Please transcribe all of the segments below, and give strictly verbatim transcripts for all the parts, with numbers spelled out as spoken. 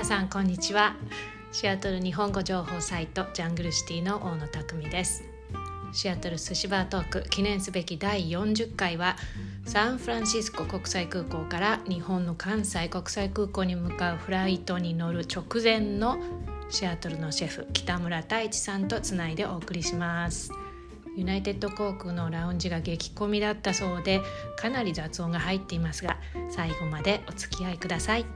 さんこんにちは。シアトル日本語情報サイトジャングルシティの大野匠です。シアトル寿司バートーク記念すべきだいよんじゅっかいはサンフランシスコ国際空港から日本の関西国際空港に向かうフライトに乗る直前のシアトルのシェフ北村太一さんとつないでお送りします。ユナイテッド航空のラウンジが激混みだったそうでかなり雑音が入っていますが最後までお付き合いください。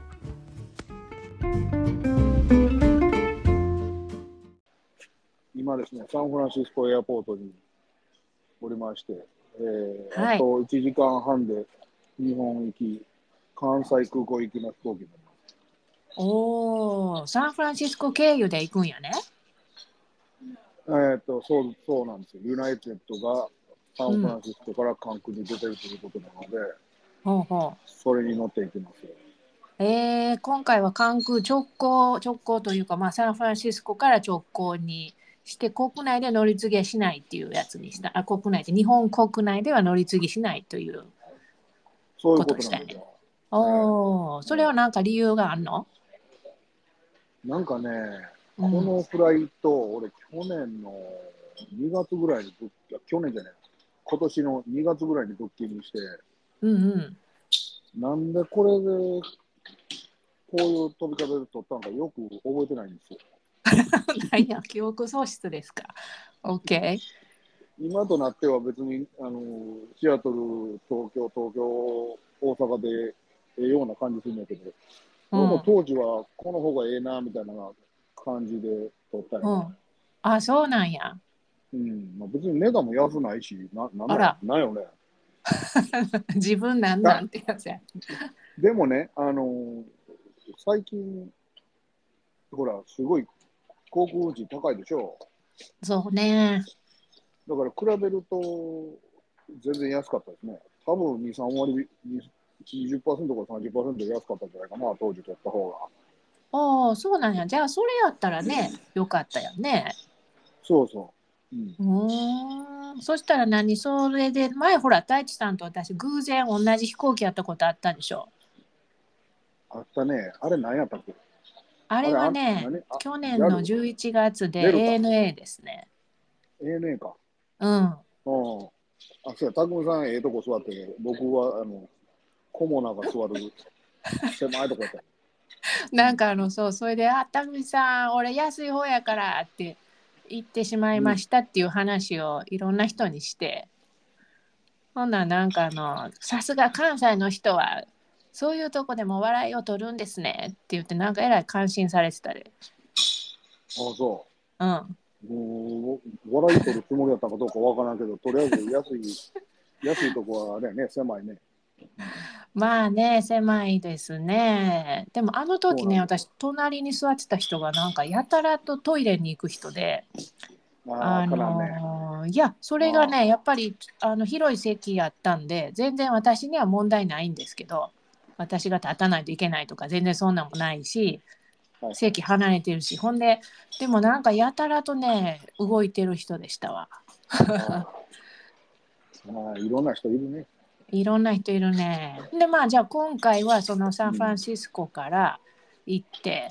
今ですね、サンフランシスコエアポートにおりまして、えーはい、 あといちじかんはんで日本行き、関西空港行きの飛行機になります。 おー、サンフランシスコ経由で行くんやね。 えー、とそう、そうなんですよ。ユナイテッドがサンフラうん、 ンシスコから関空に出てるということなので、 ほうほそれに乗っていきますよ。 う。えー、今回は関空直行直行というか、まあ、サンフランシスコから直行にして国内で乗り継ぎしないっていうやつにした。あ、国内で日本国内では乗り継ぎしないというそういうことをしたよね。 ことなんですよ。 おー、それは何か理由があるの？ なんかね、 うん、 このフライト、俺、去年のにがつぐらいにブッキ、去年じゃない、今年のにがつぐらいにブッキングして、 うんうんなんでこれでこういう飛び方で取ったのかよく覚えてないんですよ。 何や記憶喪失ですか？ OK。 今となっては別にあのシアトル、東京、東京、大阪でええような感じするんだけど、どうもうん当時はこの方がええなみたいな感じで取ったよね。 うん。あ、そうなんや。 うんまあ、別に値段も安ないし、な、なんなんあらなんよね。 自分なんなだんてやつや。 でもね、あの最近、ほら、すごい航空運賃高いでしょ。 そうね。 だから比べると全然安かったですね。多分に、さん割、にじゅっパーセントからさんじゅっパーセント安かったんじゃないかな、当時取った方が。 ああ、そうなんや。じゃあ、それやったらね、よかったよね。 そうそう。うん、 うーん。そしたら何それで、前ほら、太一さんと私、偶然同じ飛行機やったことあったでしょ。 あったね。あれ何やったっけ？ あれあれ、あ、 はね、 何あ、 去年のジャル？ じゅういちがつでデルタ？ エーエヌエー ですね。 エーエヌエー か。 うん。 うん。あ、そうや、たくみさん、ええとこ座って、僕は、あの、コモナが座る狭いとこやった。うん。 なんかあの、そう、それで、あ、たくみさん、俺安い方やからって言ってしまいうん。 ましたっていう話をいろんな人にして、ほんならなんかあの、さすが関西の人は、そういうとこでも笑いを取るんですねって言って、なんかえらい感心されてたで。 あ、そうん。 う。もう、笑い取るつもりやったかどうかわからんけど、とりあえず安い、安いとこはあれやね、狭いね。うん、 まあね、狭いですね。でもあの時ね、私、 そうなんですよ。 隣に座ってた人がなんかやたらとトイレに行く人で、 ああ、 あからんね。 のーいや、それがあね、やっぱりあの広い席やったんで、全然私には問題ないんですけど、私が立たないといけないとか、全然そんなんもないし、 あ、はいはい。 席離れてるし、ほんで、でもなんかやたらとね、動いてる人でしたわ。 ああ、まあ、いろんな人いるね。 いろんな人いるね。で、まあ、じゃあ今回はそのサンフランうん。 シスコから行って、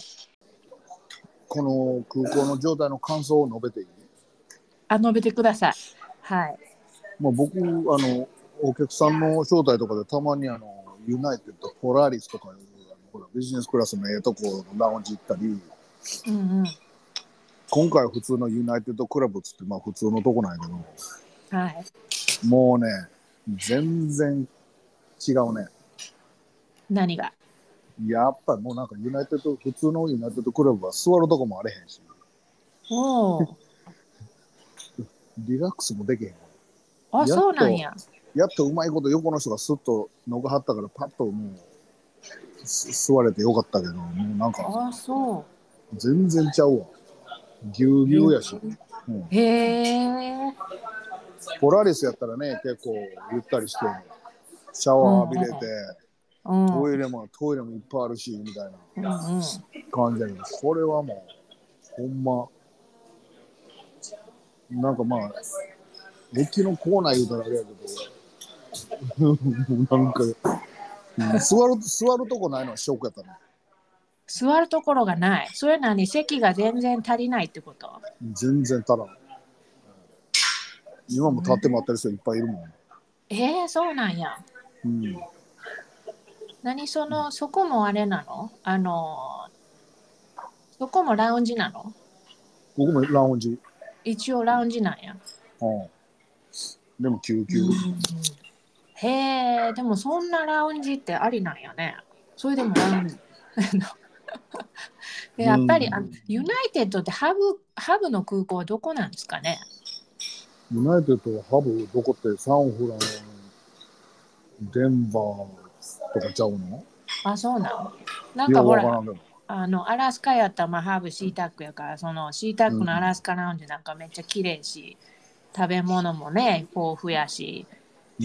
この空港の状態の感想を述べていい？ あ、述べてください。はい。 まあ、僕、あの、お客さんの招待とかでたまにあの、ユナイテッド、ポラリスとかいう、あのほらビジネスクラスのええとこのラウンジ行ったり、 うんうん。 今回普通のユナイテッドクラブっつって、まあ普通のとこなんやけど、 はい。 もうね、全然違うね。 何が？ やっぱりもうなんかユナイテッド、普通のユナイテッドクラブは座るとこもあれへんし、 おお。 リラックスもできへん。 あ、 やっと、 そうなんや。 やっとうまいこと横の人がスッとのがはったからパッともう座れてよかったけど、もうなんかあ、そ全然ちゃうわ。ぎゅうぎゅうやし。うん、 う。へえ。 ポラリスやったらね、結構ゆったりして、シャうんワー浴びれて、 うん。うんトイレも、トイレもいっぱいあるし、みたいなうんうん。 感じだけど、これはもう、ほんま、なんかまあ、駅のコーナー言うたらあれやけど、なんか、うん座る、座るとこないのはショックやったね。 座るところがない。それなに席が全然足りないってこと？ 全然足らん。今も立って待ってる人いっぱいいるもん。 えー、そうなんや。 うん。 何その、そこもあれなの？あの、そこもラウンジなの？ ここもラウンジ。 一応ラウンジなんや。 うん。でも救急。 うん、へえ、でもそんなラウンジってありなんやね。それでもラウンジ。でやっぱりあのユナイテッドってハブ、ハブの空港はどこなんですかね。 ユナイテッドはハブどこってサンフラン、デンバーとかちゃうの？ あ、そうなの。なんいや、 かほら、 わからんけど。 あのアラスカやったらまあハーブシータックやから、そのシータッうん。 クのアラスカラウンジなんかめっちゃ綺麗し、食べ物もね、豊富やし。 うん。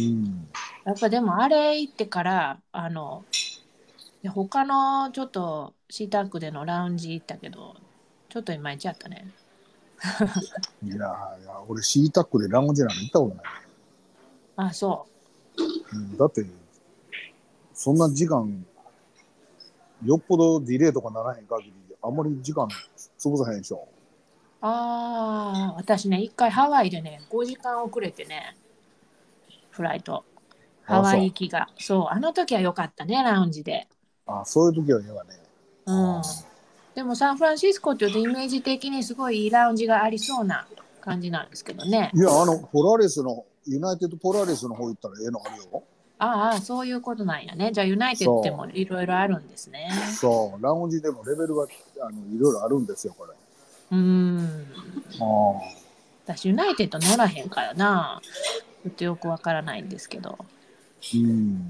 やっぱでもあれ行ってから、あの、で他のちょっとシータックでのラウンジ行ったけど、ちょっといまいちやったね。 いやいや、俺シータックでラウンジなんか行ったことない。 あ、そうん、だって、そんな時間、よっぽどディレイとかならへん限り、あんまり時間潰さへんでしょ。 う。ああ、私ね、一回ハワイでね、ごじかん遅れてね、フライト。ハあ、 ワイそ行きが。そう、あの時は良かったね、ラウンジで。 う。あ、そういう時は嫌だね。 うん。でもサンフランシスコっていうとイメージ的にすごいいいラウンジがありそうな感じなんですけどね。 いや、あの、ポラリスの、ユナイテッドポラリスの方行ったらええのあるよ。 ああ、そういうことなんやね。じゃあユナイテッドでそもいろいろあるんですね。 う。そう。ラウンジでもレベルが、あの、いろいろあるんですよ、これ。 うーん。 あ私ユナイテッド乗らへんからな。ちょっとよくわからないんですけど。 うん。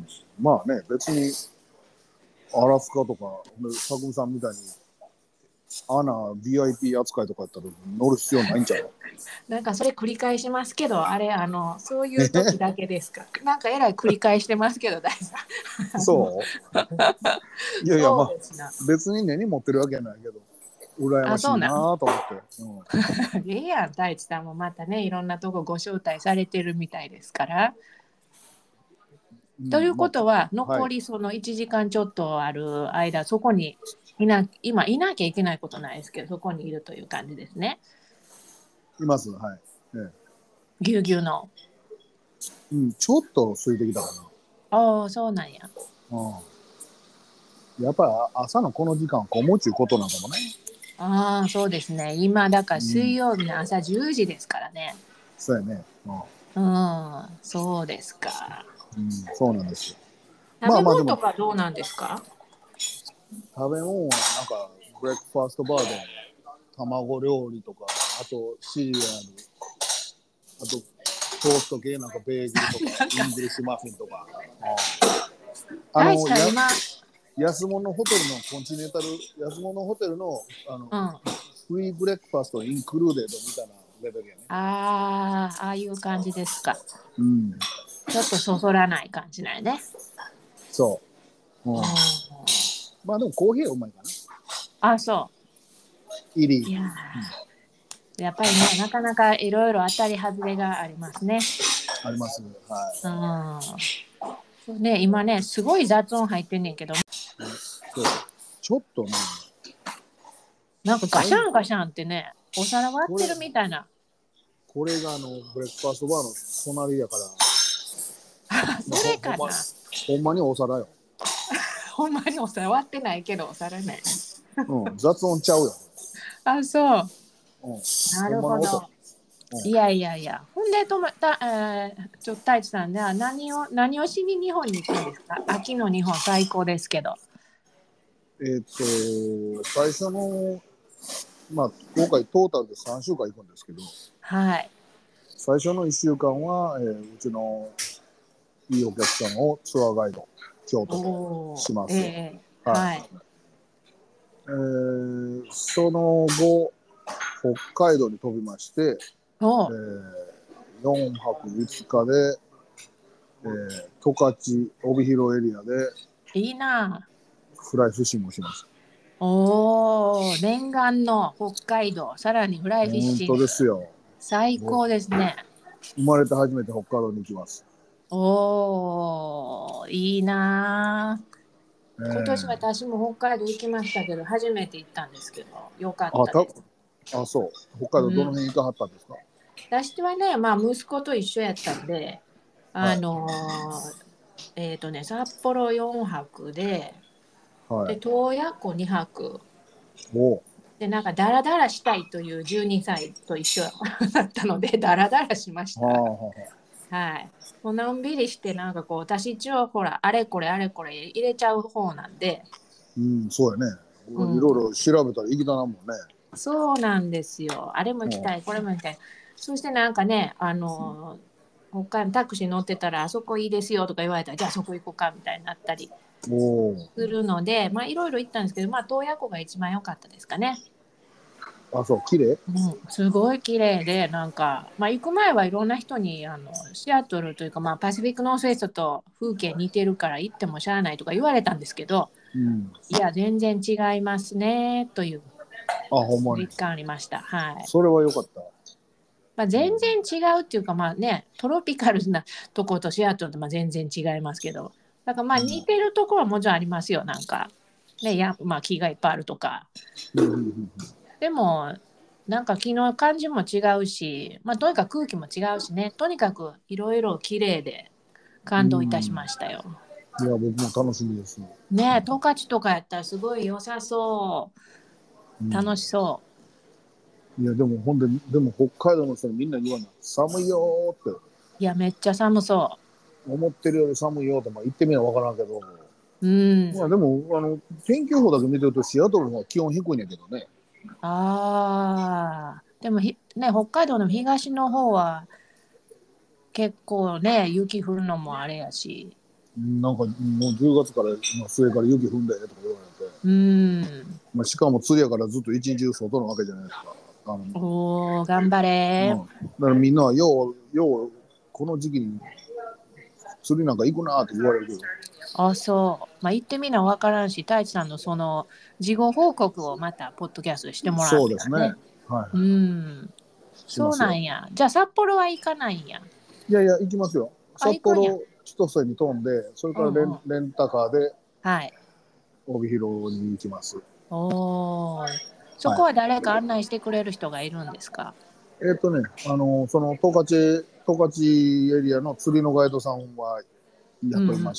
まあね、別に、アラスカとか、たくみさんみたいに、アナ、ブイアイピー 扱いとかやったら乗る必要ないんちゃう？ なんかそれ繰り返しますけど、あれ、あの、そういう時だけですか。なんかえらい繰り返してますけど、大さん。 そういやいや、まあ、 そうですな。 別に根に持ってるわけやないけど、羨まあ、 しいなそうなん。 と思って。 ええやん、太一さんもまたね、いろんなとこご招待されてるみたいですから。 うん。うん、 というまことは、 あ、は残い。 りそのいちじかんちょっとある間、そこにいな、今いなきゃいけないことないですけど、そこにいるという感じですね。 います。はい。ええ、 ぎゅうぎゅうの。 うん、ちょっと空いてきたかああ、そうなんや。 な。うん。やっぱり朝のこの時間、こもちゅうことなんかもね。 ああ、そうですね。今、だからうん。 水曜日の朝じゅうじですからね。 そうやね。うん。 うん、そうですか。 うん、そうなんですよ。 食べまあまあでも、 物とかどうなんですか？ 食べ物はなんか、ブレックファーストバーで、卵料理とか、あとシリアル、あとトースト系なんかベーグルとか、イングリッシュマフィンとか。あ大地の、や、 さん今、 安物ホテルのコンチネンタル、安物ホテルの、あの、 うん。あフリーブレックファーストインクルーデッドみたいなレベルやね。 あ、ああいう感じですか。 うん。 ちょっとそそらない感じなんやね。 そう。うん。 うん。 まあでもコーヒーはうまいかな。 あ、そイリー。 う。いやー、やっぱりね、なかなかいろいろ当たり外れがありますね。 あります。はうん。そうね、今ね、すごい雑音入ってんねんけど、 い。そう。ちょっとね、 なんかガシャンガシャンってね、お皿割ってこれ、 るみたいな。 これがあの、ブレックファーストバーの隣やから、まあ、 それほほんま、 かな。 ほんまにお皿よ。 ほんまにお皿割ってないけど、お皿ね。 うん、雑音ちゃうよ。 あ、そう。 うん、 なるほんまの音。 ほど。いやいやいや。ほんで、とまた、えー、ちょっと太一さんね、何を、何をしに日本に行くんですか？秋の日本最高ですけど。 えーっと、最初の、まあ、今回トータルでさんしゅうかん行くんですけど、 はい。 最初のいっしゅうかんは、えーうちのいいお客さんをツアーガイド、京都でおお、 します。 ええ、 はい。 はい。 えーその後、北海道に飛びまして、えおお、 ー、よんはくみっかで、えー、十勝帯広エリアでいいな。 フライフィッシングをしました。 おお、念願の北海道、さらにフライフィッ本シング。 当ですよ。 最高ですね。 生まれて初めて北海道に行きます。 おお、いいな。 今年私も北海道行きましたけど、初めて行ったんですけど、よかっあ、たたです。 あ、そう。北海道どの辺行かはったんですか？ 私はね、まあ息子と一緒やったんで、あはい。 のーえっ、とね、札幌よんはくで、で、 はい。 洞爺湖にはく、 おう。 で、なんかダラダラしたいというじゅうにさいと一緒だったので、ダラダラしましはあ、 た。 はあ、はあ。 はい。もうのんびりして、なんかこう、私一応ほら、あれこれあれこれ入れちゃう方なんで、 うん、そうやね。いうん、 ろいろ調べたら行きだなもんね。 そうなんですよ。あれも行きうん。 たい、これも行きたい。そしてなんかね、あの、北海道タクシー乗ってたら、あそこいいですよとか言われたら、じゃあそこ行こうかみたいになったりおお。 するので、まあいろいろ行ったんですけど、まあ洞爺湖が一番良かったですかね。 あ、そう、綺麗。 うん、すごい綺麗で、なんか、まあ行く前はいろんな人に、あの、シアトルというか、まあパシフィックノースウェストと風景似てるから行ってもしゃあないとか言われたんですけど、 うん。 いや、全然違いますね、というあ、ほんまに。 実感ありました。はい。 それは良かった。 まあ、 うん。 全然違うっていうか、まあね、トロピカルなとことシアトルとまあ全然違いますけど、だからまあ似てるところはもちろんありますよ、なんか。ね、やまあ、木がいっぱいあるとか。 うんうんうん。 でも、なんか木の感じも違うし、まあ、とにかく空気も違うしね、とにかくいろいろ綺麗でう感動いたしん。 ましたよ。 いや、僕も楽しみです。 ねえ、十勝とかやったらすごい良さそう、 うん。 楽しそいや、でも、ほんで、でも、北海道の人にみんな言わない。寒いよーって。 う。いや、めっちゃ寒そ思ってるより寒いよって、まあ、言ってみればわからんけど。 う。うん。 まあ、でも、あの、天気予報だけ見てると、シアトルの方が気温低いんやけどね。 ああ、でもひ、ね、北海道の東の方は結構ね、雪降るのもあれやし。 なんか、もうじゅうがつから、まあ、末から雪降んでとか言われて。 うん。 まあ、しかも、釣りやからずっと一日中外のわけじゃないですか。あの、 おー、頑張うん。 れ。 だからみんなは、よう、よう、この時期に釣りなんか行くなって言われるけど。 あ、そう。まあ、言ってみなわからんし、太一さんのその事後報告をまたポッドキャストでしてもらわそうですね。 なきゃね。うはいはい。 ん。そうしますよ。 なんや。じゃあ札幌は行かないんや。 いやいや、行きますよ。 あ、 札行くんや。 幌千歳に飛んで、それからレン、 うんうん。 レンタカーではい。 帯広に行きます。 おー。そはい。 こは誰か案内してくれる人がいるんですか？ えっとね、あの、その十勝、十勝エリアの釣りのガイドさんはやっうんうん。 ぱりいました。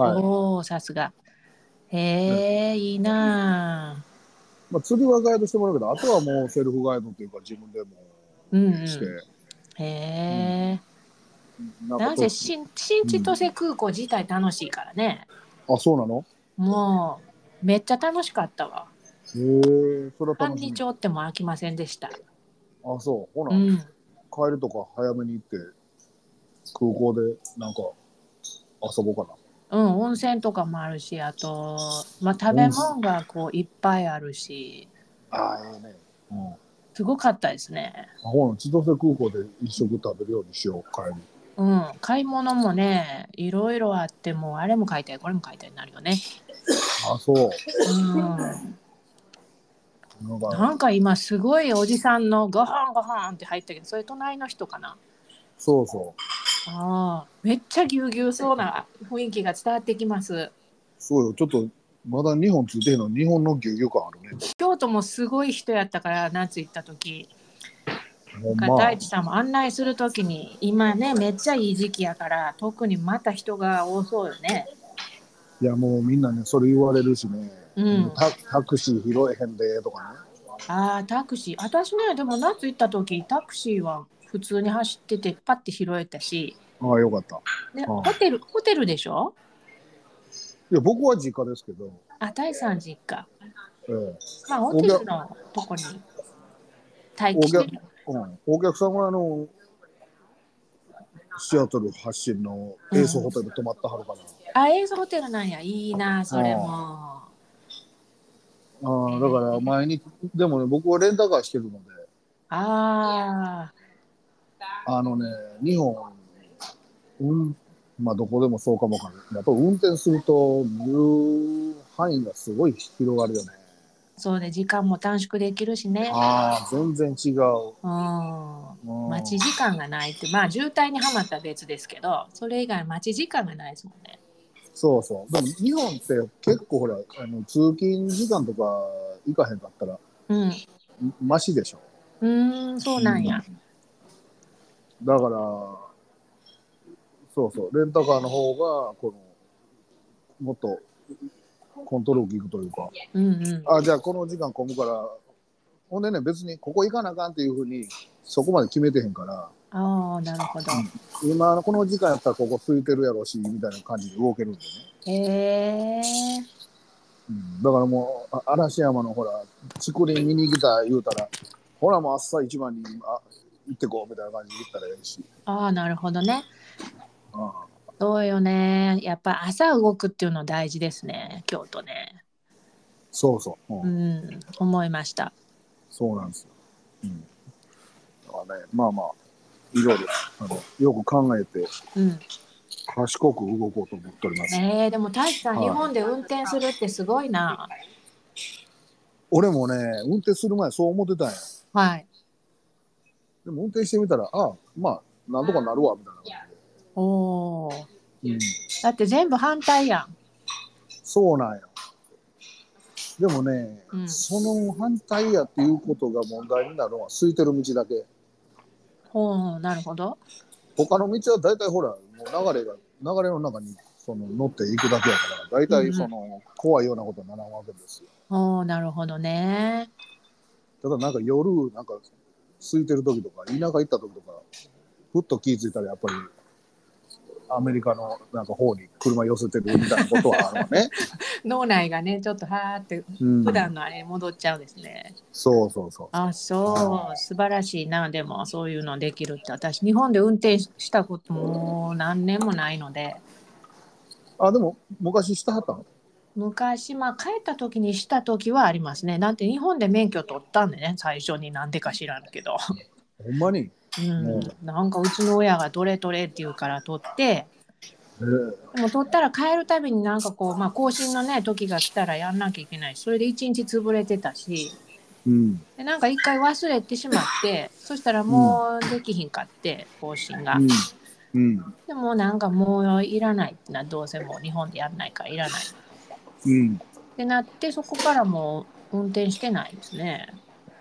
はい。 おー、さすが。へね、 え、いいなまあ、釣りはガイドしてもらうけど、あとはもうセルフガイドというか自分でもぁ。うんして、 うん。へうん、 え。 なんかと、 なぜ新、新千うん。 歳空港自体楽しいからね。 あ、そうなの？ もう、めっちゃ楽しかったわ。 へえ、それは楽しみ。 半日おっても飽きませんでした。 あ、そう。ほな、 うん。 帰るとか早めに行って、空港でなんか遊ぼうかな。 うん、温泉とかもあるし、あと、まあ、食べ温泉。 物がこういっぱいあるし、 ああ、ええね。うん。 すごかったですね。 ほな、千歳空港で一食食べるようにしよう、帰り。 うん、買い物もね、いろいろあっても、あれも買いたい、これも買いたいになるよね。 あ、そう。 うん。 なんか、 なんか今すごいおじさんのガハンガハンって入ったけど、それ隣の人かな。 そうそああ、めっちゃぎゅうぎゅうそうな雰囲気が伝わってきます。 う。そうよ。ちょっと、まだ日本ついてへんの、日本の牛乳感あるね。 京都もすごい人やったから、夏行った時。 ほんま。 なんか太一さんも案内する時に、今ね、めっちゃいい時期やから、特にまた人が多そうよね。 いや、もうみんなね、それ言われるしね。 うん。 タ、タクシー拾えへんで、とかね。 ああ、タクシー。私ね、でも夏行った時、タクシーは普通に走ってて、パッて拾えたし、 ああ、よかった。あで、 あ。 ホテル、ホテルでしょ？ いや、僕は実家ですけど、 あ、太一さん実家。 ええ、 まあ、ホお客、 テルのとこに待機お客、 してる。 うん、お客さんはあの、シアトル発信のうん。 エースホテル泊まったはるかな。 あ、エースホテルなんや。いいな、それあも。 あ、ああ、だからえー、 毎日、でもね、僕はレンタカーしてるので、 ああのね、日本、うん、まあどこでもそうかもわかんない。やっぱ運転すると見る範囲がすごい広がるよね。 あ、そうね、時間も短縮できるしね。 ああ、全然違う。 うん。 うん、 待ち時間がないって、まあ渋滞にはまったら別ですけど、それ以外待ち時間がないですもんね。 そうそう。でも日本って結構ほら、あの通勤時間とか行かへんかったら、 うん。 マシでしょ。 うーん、そうなんや。 うん、だから、そうそう、レンタカーの方が、この、もっとコントロール効くというか、 うんうん。 あ、じゃあこの時間混むから、ほんでね、別にここ行かなあかんっていうふうに、そこまで決めてへんから、 ああ、なるほど。 うん、今、この時間やったらここ空いてるやろうし、みたいな感じで動けるんでね。 へえ。 うん、だからもう、あ嵐山のほら、竹林見に来た言うたら、ほらもう朝一番にあ行ってこうみたいな感じで言ったらええし。 ああ、なるほどね。 ああ、 そうよね。やっぱ朝動くっていうの大事ですね、京都ね。 そうそう、うん、 うん、思いました。 そうなんですよ。うん、だからね、まあまあ、いろいろあのよく考えて、 うん。 賢く動こうと思っております。 えー、でも大地さん、日はい、 本で運転するってすごいな。 俺もね、運転する前そう思ってたんや。 はい。 でも運転してみたら、ああ、まあ、なんとかなるわ、みたいな感おお。 じで。うん、 だって全部反対やん。 そうなんや。でもね、 うん。 その反対やっていうことが問題になるのは空いてる道だけ。 ほう、なるほど。 他の道は大体ほら、もう流れが、流れの中にその乗っていくだけやから、大体うんうん。 その怖いようなことにならんわけですよ。 おお、なるほどね。 ただなんか夜、なんか空いてる時とか、田舎行った時とか、ふっと気づいたらやっぱりアメリカのなんか方に車寄せてるみたいなことはあるわね。 脳内がね、ちょっとはーってうん、 普段のあれに戻っちゃうんですね。 そうそうそうそあ、そう、素晴らしいな。でもそういうのできるって、私日本で運転したこともう何年もないので、 う。あ、でも昔したはったの？ 昔、まあ帰った時にした時はありますね。なんて日本で免許取ったんでね、最初になんでか知らんけど。 ほんまに。 うもう、 ん、なんかうちの親がどれ取れって言うから取って、 えー、 でも取ったら帰るたびになんかこう、まあ更新のね、時が来たらやんなきゃいけないし、それで一日潰れてたし、 うん、 でなんか一回忘れてしまって、そしたらうん、 もうできひんかって、更新が。 うん、うん、 でもなんかもういらないってな、どうせもう日本でやんないからいらないっうん、 てなって、そこからもう運転してないですね。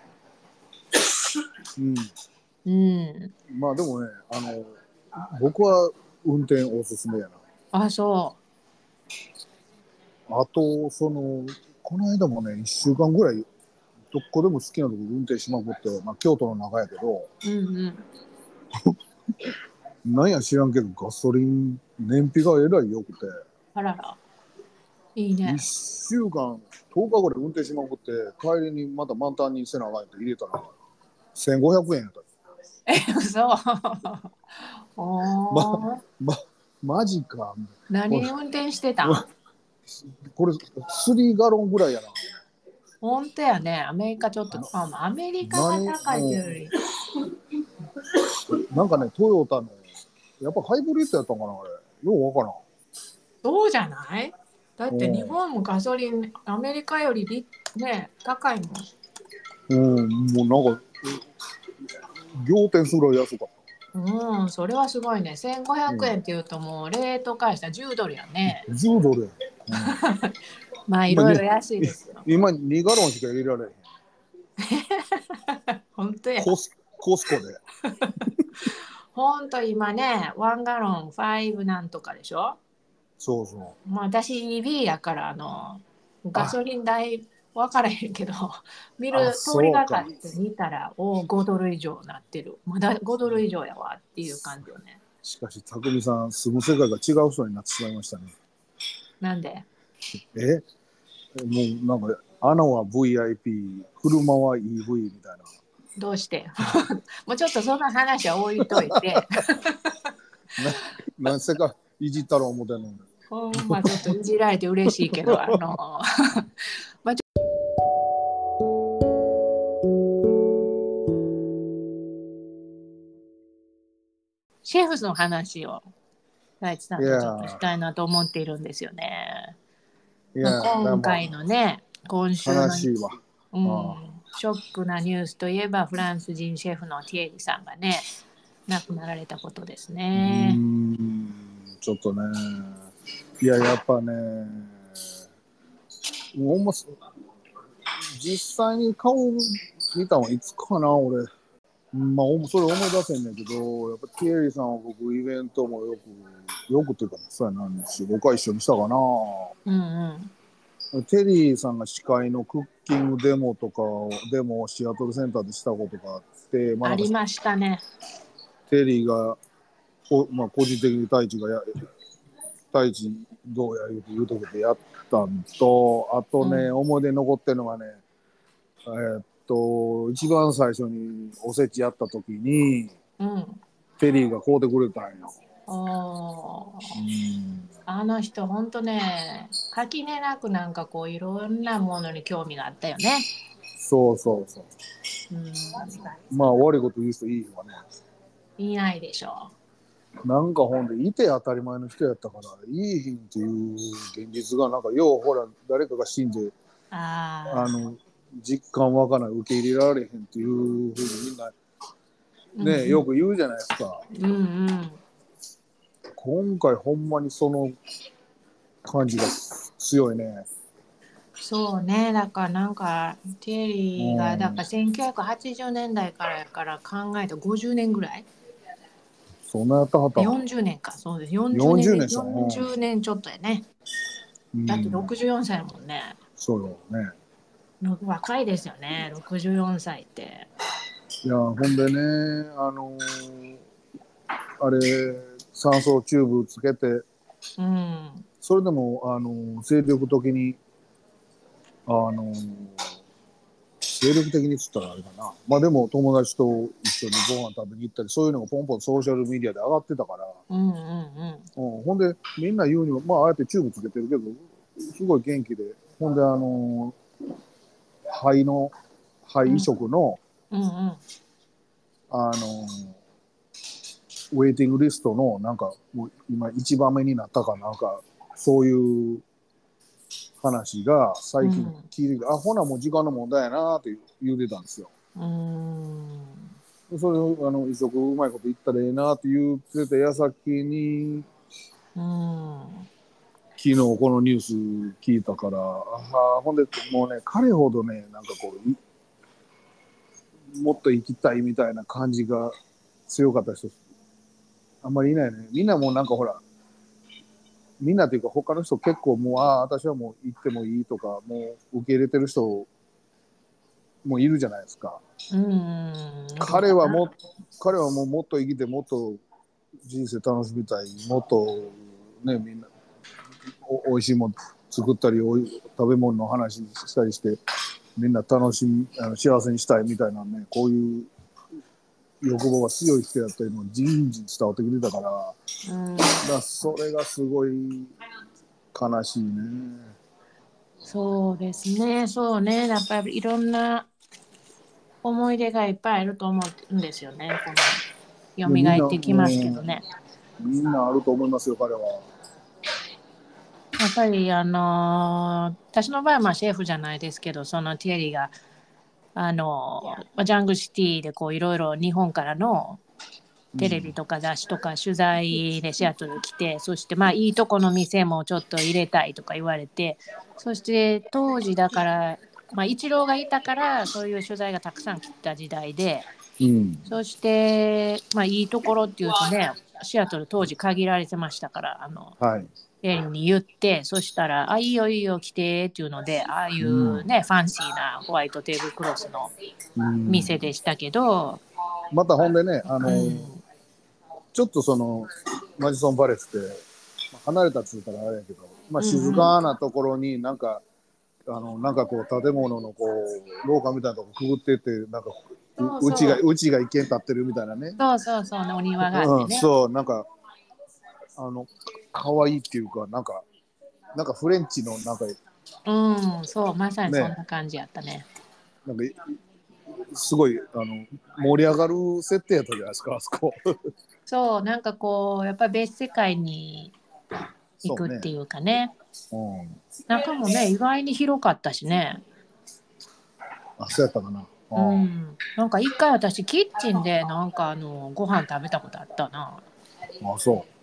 うん。 うん。 まあでもね、あの、僕は運転おすすめやな。 あ、そあと、その、この間もね、いっしゅうかんぐらい、どこでも好きなとこ運転しまくって、まあ京都の中やけど、 う。うんうん。 なんや知らんけど、ガソリン、燃費がえらい良くて、 あらら。いいね。 いっしゅうかん、とおかぐらい運転しまくって、帰りにまた満タンにせなあかんって入れたら、せんごひゃくえんやった。 え、嘘。 ま、 おー。 ま、マジか。これ、 何運転してたん？ これ、スリーガロンぐらいやな。 本当やね。アメリカちょっと、あ、まあアメリカが何、 高いというようり。 ん、なんかね、トヨタの、やっぱハイブリッドやったんかな、あれ。ようわからん。 そうじゃない？だって日う本もガソリン、アメリカよりリね、高いもん。 ん、うん、もうなんか、仰天するぐらい安かっうん、それはすごいね。1500 た。うん、 円っていうともうレート返したらじゅうドルやね。 じゅうドルや。うん、 まあい今に、 ろいろ安いですよ。 今にガロンしか入れられへん。 本当や。 コス、コスコで。 本当今ね、ワンガロンごなんとかでしょ。 そうそう。 まあ私 イーブイ やからあのガあ、 ソリン代分からへんけど、見あ、 る通りそうか。 がかって見たらおおごドル以上なってる。まだごドル以上やわっていう感じよね。 しかし、匠さん、住む世界が違う人になってしまいましたね。 なんで？ えもうなんか、穴は ブイアイピー、車は イーブイ みたいな。 どうしてもうちょっとそんな話は置いといてな、なんせかいじったろう思てんのに。 ほんまちょっといじられて嬉しいけど、あのまあちょシェフの話を大地さいやんとちょっとしたいなと思っているんですよね。 ー、いまあ、 やー、だま今回のね、今あ、 週の、 悲しいわ。 うああ、 ん、ショックなニュースといえばフランス人シェフのティエリさんがね、亡くなられたことですうーね。 ん、ちょっとね、 いや、やっぱね、もうほんま、実際に顔見たのはいつかな、俺。まあ、それ思い出せんねんけど、やっぱティエリーさんは僕、イベントもよく、よくっていうか、そうやなんですよ。ごかい一緒にしたかな。 うんうん。 テリーさんが司会のクッキングデモとかデモをシアトルセンターでしたことがあって、まあ、なんかありましたね。 テリーが、まあ、個人的に太一がや、太一どうや言うて言うとこでやったんと、あとね、 うん思い出に残ってるのがね、えーっと、一番最初におせちやった時に、 うん。 テリーが買うてくれたんよ。 おー、 うんあの人ほんとね、垣根なくなんかこういろんなものに興味があったよね。 そうそうそう。 うん、 まあ、悪いこと言う人いいわね。 いないでしょなんかほんで、いて当たり前の人やったから、いいひんっていう現実が、なんか、ようほら、誰かが死んで、 う。ああ、 あの、実感わからない、受け入れられへんっていうふうにみんな、ね、ようんく言うじゃないですか。 うん、うんうん。 今回ほんまにその感じが強いね。 そうね、だからなんかテリーがだうん。 からせんきゅうひゃくはちじゅうねんだいからやから考えたらごじゅうねんぐらいそんなやったはったん？ よんじゅうねんか、そうです。40 よんじゅう年、 年したの？ よんじゅうねんちょっとやね。 うだってん。 ろくじゅうよんさいやもんね。 そうよね。 の若いですよね、ろくじゅうよんさいって。 いや、ほんでね、あのーあれ、酸素チューブつけて、 うん。 それでも、あのー精力的に、あのー精力的にっつったらあれかな。まあでも友達と一緒にご飯食べに行ったり、そういうのがポンポンソーシャルメディアで上がってたから、 うんうんうん、ほんで、みんな言うにも、まあああやってチューブつけてるけど、すごい元気で、ほんで、あのー肺の、肺移うん。 植の、 うんうんあのーウェイティングリストの、なんか、もう今一番目になったかなんか、そういう話が最近うん。 聞いて、あ、ほなもう時間の問題やなって言うてたんですよ。 うん。 それをあの移植うまいこと言ったらええなって言ってた矢先に、 うん。 昨日このニュース聞いたから、あほんでもうね、彼ほどね、なんかこう、もっと生きたいみたいな感じが強かった人、あんまりいないね。みんなもうなんかほら、みんなというか他の人結構もう、ああ、私はもう行ってもいいとか、もう受け入れてる人もいるじゃないですか。 うん。いるわな。 彼はも、彼はもうもっと生きて、もっと人生楽しみたい、もっとね、みんなお、おいしいもん作ったり、おい食べ物の話したりして、みんな楽しみ、あの幸せにしたいみたいなね、こういう欲望が強い人やったりのじんじん伝わってきてたから、だかうん。 らそれがすごい悲しいね。 そうですね、そうね、やっぱりいろんな思い出がいっぱいあると思うんですよね。この蘇でみんな、 ってきますけどもね。 う、みんなあると思いますよ、彼は。 やっぱりあのー私の場合はまあシェフじゃないですけど、そのティエリーがあのーまあジャングシティでこういろいろ日本からのテレビとか雑誌とか取材でシアトル来て、そしてまあいいとこの店もちょっと入れたいとか言われて、そして当時だから、まあ、イチローがいたからそういう取材がたくさん来た時代で、 うん。 そして、まあ、いいところっていうとね、シアトル当時限られてましたから、あの、 はい。 エリンに言って、そしたら、あ、いいよいいよ来てっていうので、ああいうん。 うね、ファンシーなホワイトテーブルクロスのうん。 店でしたけど、 またほんでね、あうの、 ん、 ちょっとその、マジソンパレスって、離れたっつうからあれやけど、まあ、 うん静うん、 かなところになんか、あの、なんかこう、建物のこう、廊下みたいなとこくぐってって、なんか、 そううちが、 そう、 うちが一軒建ってるみたいなね。 そうそうそうね、お庭があってうん、 ね。 そう、なんか、あの、可愛いっていうか、なんか、なんかフレンチの、なんか、 うん、そう、まさにそんね、 な感じやったね。 なんか、すごい、あの、盛り上がる設定やったじゃないですか、あそこ。 そう、なんかこう、やっぱり別世界に行そうね。 くっていうかね。 うん。 中もね、意外に広かったしね。 あ、そうやったかな。 ううん。 ん。なんか一回私キッチンでなんかあのご飯食べたことあったな。 あ、そ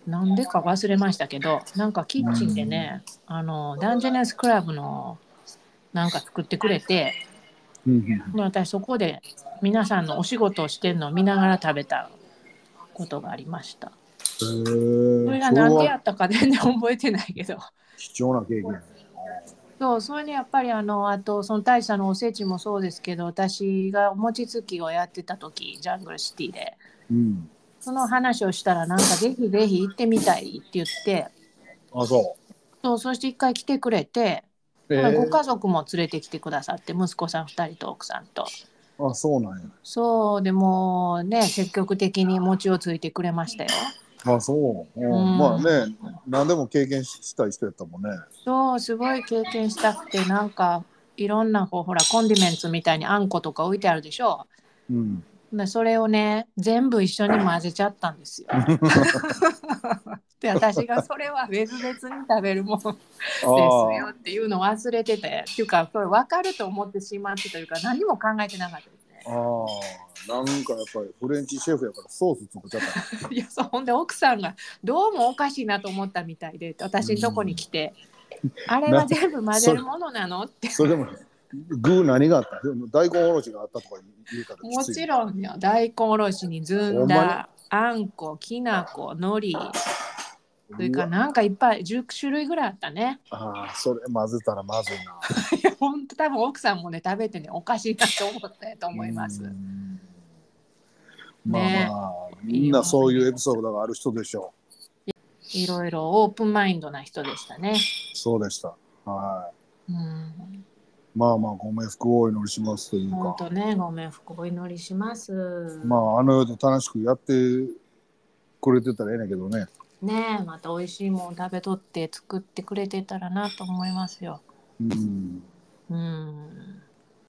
なんでか忘れましたけど、なんかキッチンでね、あのダンジェネスクラブのなんか作ってくれて、 うんうんもう私そこで皆さんのお仕事をしてるのを見ながら食べたことがありました。 へーそれがそれは何でやったか全然覚えてないけど。 貴重な経験。 そう、それでやっぱりあの、あとその大佐のおせちもそうですけど、私が餅つきをやってた時、ジャングルシティで、 うん。 その話をしたらなんかぜひぜひ行ってみたいって言って、 あ、そそう、そして一回来てくれて、 う。えほなご家ー、 族も連れてきてくださって、息子さんふたりと奥さんと。 あ、そうなんや。 そう、でもね、積極的に餅をついてくれましたよ。 あ、そう。 ううん、まあん。 ね、何でも経験したい人やったもんね。 そう、すごい経験したくて、なんかいろんなこうほらコンディメンツみたいにあんことか置いてあるでしょ。 うん。 でそれをね全部一緒に混ぜちゃったんですよ。で私がそれは別々に食べるもんですよあっていうのを忘れててっていうかそれ分かると思ってしまってというか何も考えてなかったですね。 あ、ああ、なんかやっぱりフレンチシェフやからソース作っちゃったいやそうほんで奥さんがどうもおかしいなと思ったみたいで私のとこに来て「あれな。な、 は全部混ぜそれ、 るものなの？」って。 それでも、具何があった大根おろしがあったとか言うたらきもつい。 ちろんよ大根おろしにずんほんまにだあんこきなこ海苔それうわ、 からなんかいっぱいじゅっ種類ぐらいあったね。 ああ、それ混ぜたらまずいな。 いや本当多分奥さんもね食べてねおかしいなと思ったとうー思います。 ん。まあまね、 あ、みんいいなそういうエ思い出ピソードがある人でしょいろいろオープンマインドな人でしたね。 う。そうでした。はい。 うん、 まあまあ、ご冥福をお祈りしますという本か、 当ねご冥福お祈りします。 まあ、あの世で楽しくやってくれてたらええねんけどね。 ねえまた美味しいもん食べとって作ってくれてたらなと思いますよ。 うん。 うん。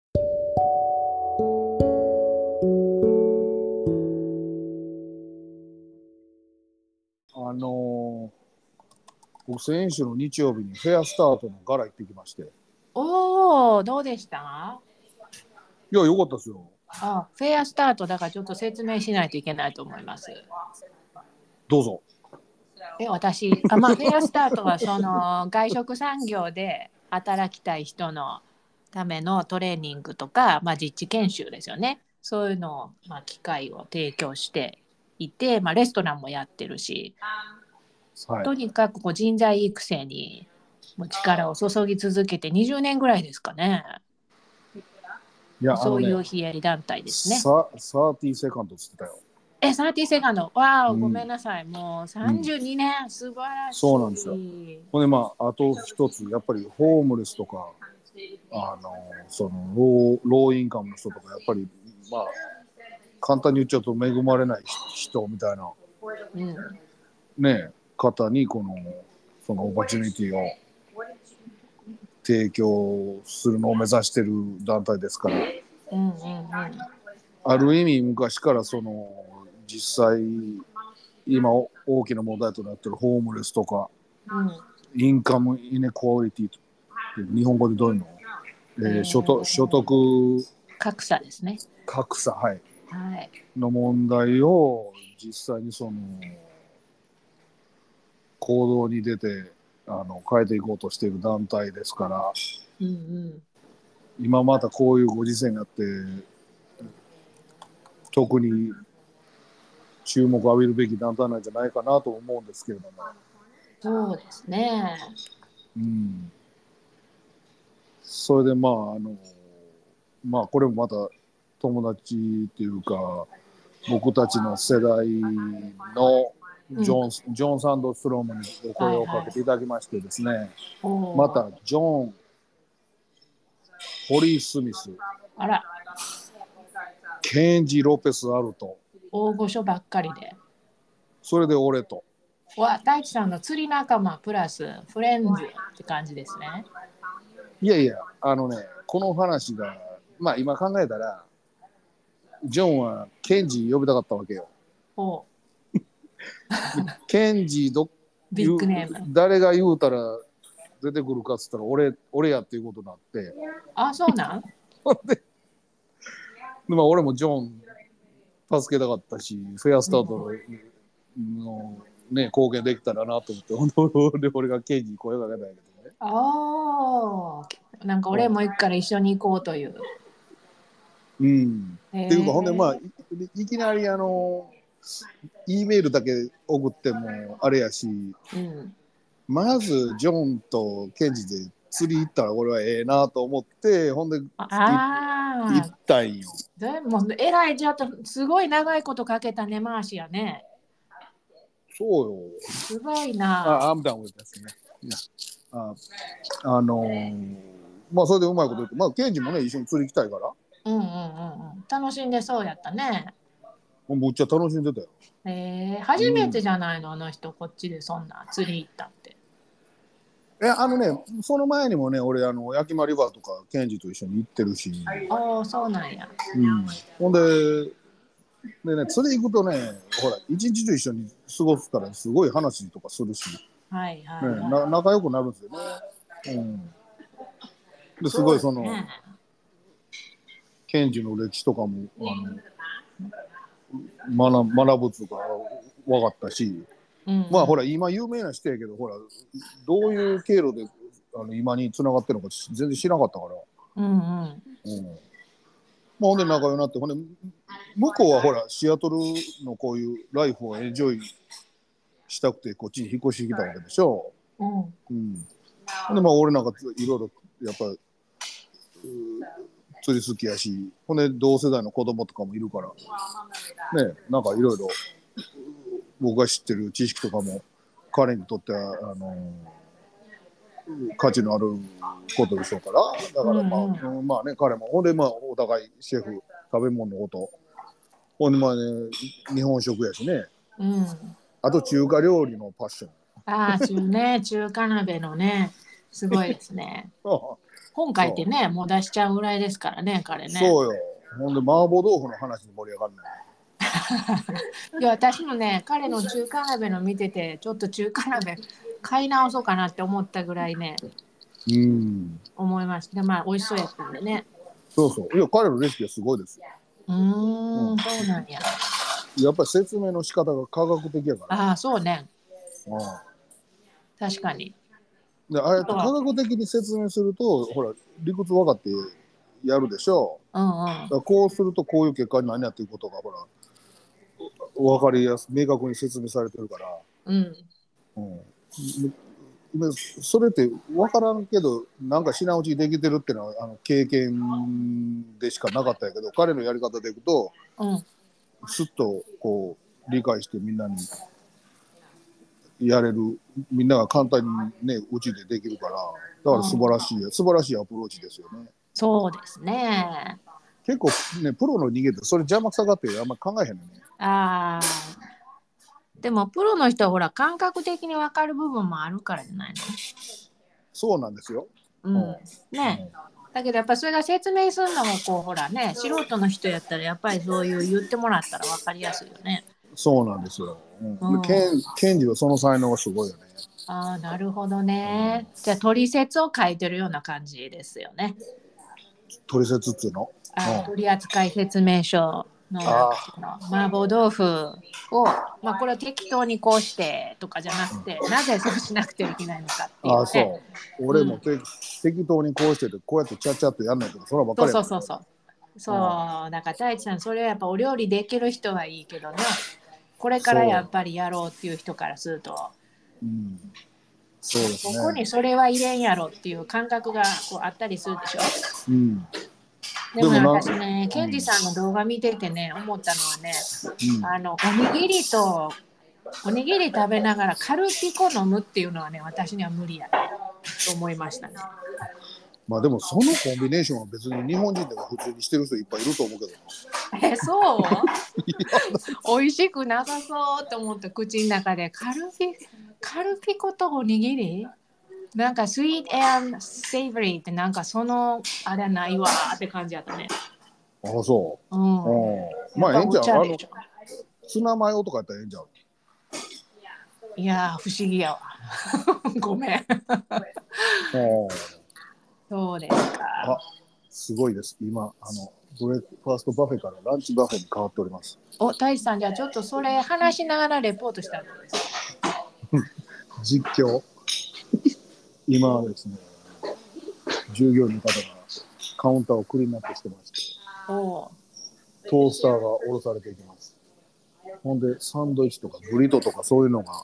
あのー僕、先週の日曜日にフェアスタートのガラ行ってきまして。いおおどうでした？ や、よかったですよ。 あフェアスタートだからちょっと説明しないといけないと思います。 どうぞ。 え、私、あ、まあ、フェアスタートはその外食産業で働きたい人のためのトレーニングとか、まあ、実地研修ですよね。そういうのを、まあ、機会を提供していて、まあ、レストランもやってるし、 はい。 とにかくこう人材育成にもう力を注ぎ続けてにじゅうねんぐらいですかね。 いや、あそういのね、 う非営利団体ですね。 サ、サーティーセカンドっつってたよ。 え、サーティーセカンド、わお、ごめんうん。 なさい。もううん。 さんじゅうにねん、素晴らしそうなんですよ。 い。 ほんで、まあ、あと一つ、やっぱりホームレスとか、あの、その、ロー、ローインカムの人とか、やっぱり、まあ、簡単に言っちゃうと恵まれない人みたいな、 うん。 ね、方に、この、そのオポチュニティを提供するのを目指してる団体ですから、 うんうんうんある意味昔からその、実際、今大きな問題となっているホームレスとか、 うん、 インカムイネクオリティと、日本語でどういうの、えー、 えー所得、所得格差ですね。 格差、はい、 はい。 の問題を実際にその行動に出てあの変えていこうとしている団体ですから、 うんうん。 今またこういうご時世になって特に注目を浴びるべき団体なんじゃないかなと思うんですけれども、 そうですね。 うん、それでまああのまあこれもまた友達っていうか僕たちの世代のジョン、うん、ジョン・サンドストロームにお声をかけていただきましてですね、はいはい、またジョン・ホリー・スミス、 あら、 ケンジ・ロペス・アルト、 大御所ばっかりで。 それで俺と。 わ、大地さんの釣り仲間プラスフレンズって感じですね。 いやいや、あのね、この話が、まあ今考えたら、ジョンはケンジ呼びたかったわけよ。 おケンジどビッグネーム。 誰が言うたら出てくるかっつったら俺、俺やっていうことになって。 あ、そうなんで、でまあ、俺もジョン助けたかったし、フェアスタートのね貢献できたらなと思って本当俺が刑事に声かけたんやけどね。 ああ、なんか俺も行くから一緒に行こうという。 うん。 へっていうかほんでまあえ。 い, いきなりあの E メールだけ送ってもあれやし、 うん。 まずジョンとケンジで釣り行ったら俺はええなと思ってほんでい行っああ、 たんよ。 でもえらいじゃとすごい長いことかけた根回しやね。 そうよ。 すごいな。 あ、I'm done with this ね。いやあ、あのーまあそれでうまいこと言って、まあケンジもね一緒に釣り行きたいから、 うんうんうんうん。楽しんでそうやったね。 もうむっちゃ楽しんでたよ。 えー、初めてうん。 じゃないのあの人こっちでそんな釣り行ったって。 え、あのね、その前にもね、俺あの焼きまリバーとかケンジと一緒に行ってるし、 ああ、そうなんや。 うん。ほんで、でね、釣り行くとね、ほら一日中一緒に過ごすからすごい話とかするし、ね、 はいはいはい。 な仲良くなるんですよね。うん。ですそうごいその、 ね。 ケンジの歴史とかもあの学学ぶとか分かったし、 うんうん、 まあほら今有名な人やけど、ほらどういう経路であの今に繋がってるのか全然知らなかったから。 うんうん。 うん。まあほんで仲良くなって、ほんで向こうはほらシアトルのこういうライフをエンジョイしたくてこっちに引っ越してきたわけでしょ。 うん。 うん。ほんでまあ俺なんかいろいろやっぱり釣り好きやし、ほんで同世代の子供とかもいるからね、なんかいろいろ僕が知ってる知識とかも彼にとってはあの価値のあることでしょうから、だからまあ、うんうん、まあね彼もほんでまあお互いシェフ食べ物のことほんでまあね日本食やしね、 うん、 あと中華料理のパッション。 ああ、中ね、中華鍋のね、すごいですね。本書いてね、もう出しちゃうぐらいですからね、彼ね。 そうよ。ほんで麻婆豆腐の話に盛り上がるね。 いや、私もね、彼の中華鍋の見てて、ちょっと中華鍋買い直そうかなって思ったぐらいね、 うん。 思いました。まあ、美味しそうやったんでね。 そうそう。いや、彼のレシピはすごいですよ。 うーん、うん、そうなんや。 やっぱり説明の仕方が科学的やから。 ああ、そうね。 うん、 確かに。 でああやって科学的に説明すると、ほら、理屈分かってやるでしょ。 うんうん。 だからこうするとこういう結果になるんやっていうことが、ほら、分かりやす明確に説明されてるから。 うん。 うん、それって分からんけど、なんか品落ちできてるっていうのはあの経験でしかなかったんやけど、彼のやり方でいくと、 うん、 すっとこう理解してみんなにやれる、みんなが簡単にねうちでできるから、だから素晴らしい、素晴らしいアプローチですよね。 そうですね。 結構ねプロの逃げてそれ邪魔くさがってあんま考えへんのね。 ああ。でもプロの人はほら感覚的に分かる部分もあるからじゃないの。 そうなんですよ。 うん。ね。うん、だけどやっぱそれが説明するのもこうほらね、素人の人やったらやっぱりそういう言ってもらったら分かりやすいよね。 そうなんですよ。うん、 うん、 ケンケンジはその才能がすごいよね。 ああ、なるほどね。うん、じゃあ取説を書いてるような感じですよね。 取説っていうの？ あ、取扱説明書の麻婆豆腐を、まあ、これを適当にこうしてとかじゃなくて、うん、なぜそうしなくてはいけないのかっていう、ね。あ、 そう。俺も、うん、適当にこうしててこうやってちゃっちゃっとやんないけどそれは分かる。 そうそうそうそう。そう、だから太一さんそれはやっぱお料理できる人はいいけどね、これからやっぱりやろうっていう人からすると、うん、そうですね、ここにそれは入れんやろっていう感覚がこうあったりするでしょ。うん、でも、ね、私ね、ケンジさんの動画見ててね、思ったのはね、うん、あのおにぎりとおにぎり食べながらカルピコ飲むっていうのはね、私には無理やと思いましたね。 まあでもそのコンビネーションは別に日本人でも普通にしてる人いっぱいいると思うけど。 え、そう美味しくなさそうと思って口の中でカルピカルピコとおにぎりなんかスイート&セイバリーってなんかそのあれないわって感じやったね。 ああそう。うん。まあええんちゃう。あのツナマヨとかやったらええんちゃう。 いや不思議やわ。ごめん。そうですか。 あ、すごいです。今あのブレックファーストバフェからランチバフェに変わっております。 お、大志さんじゃあちょっとそれ話しながらレポートしたらどうですか。 実況。今はですね、従業員の方がカウンターをクリーンアップしてまして、 おトースターが下ろされていきます。ほんで、サンドイッチとかブリトとかそういうのが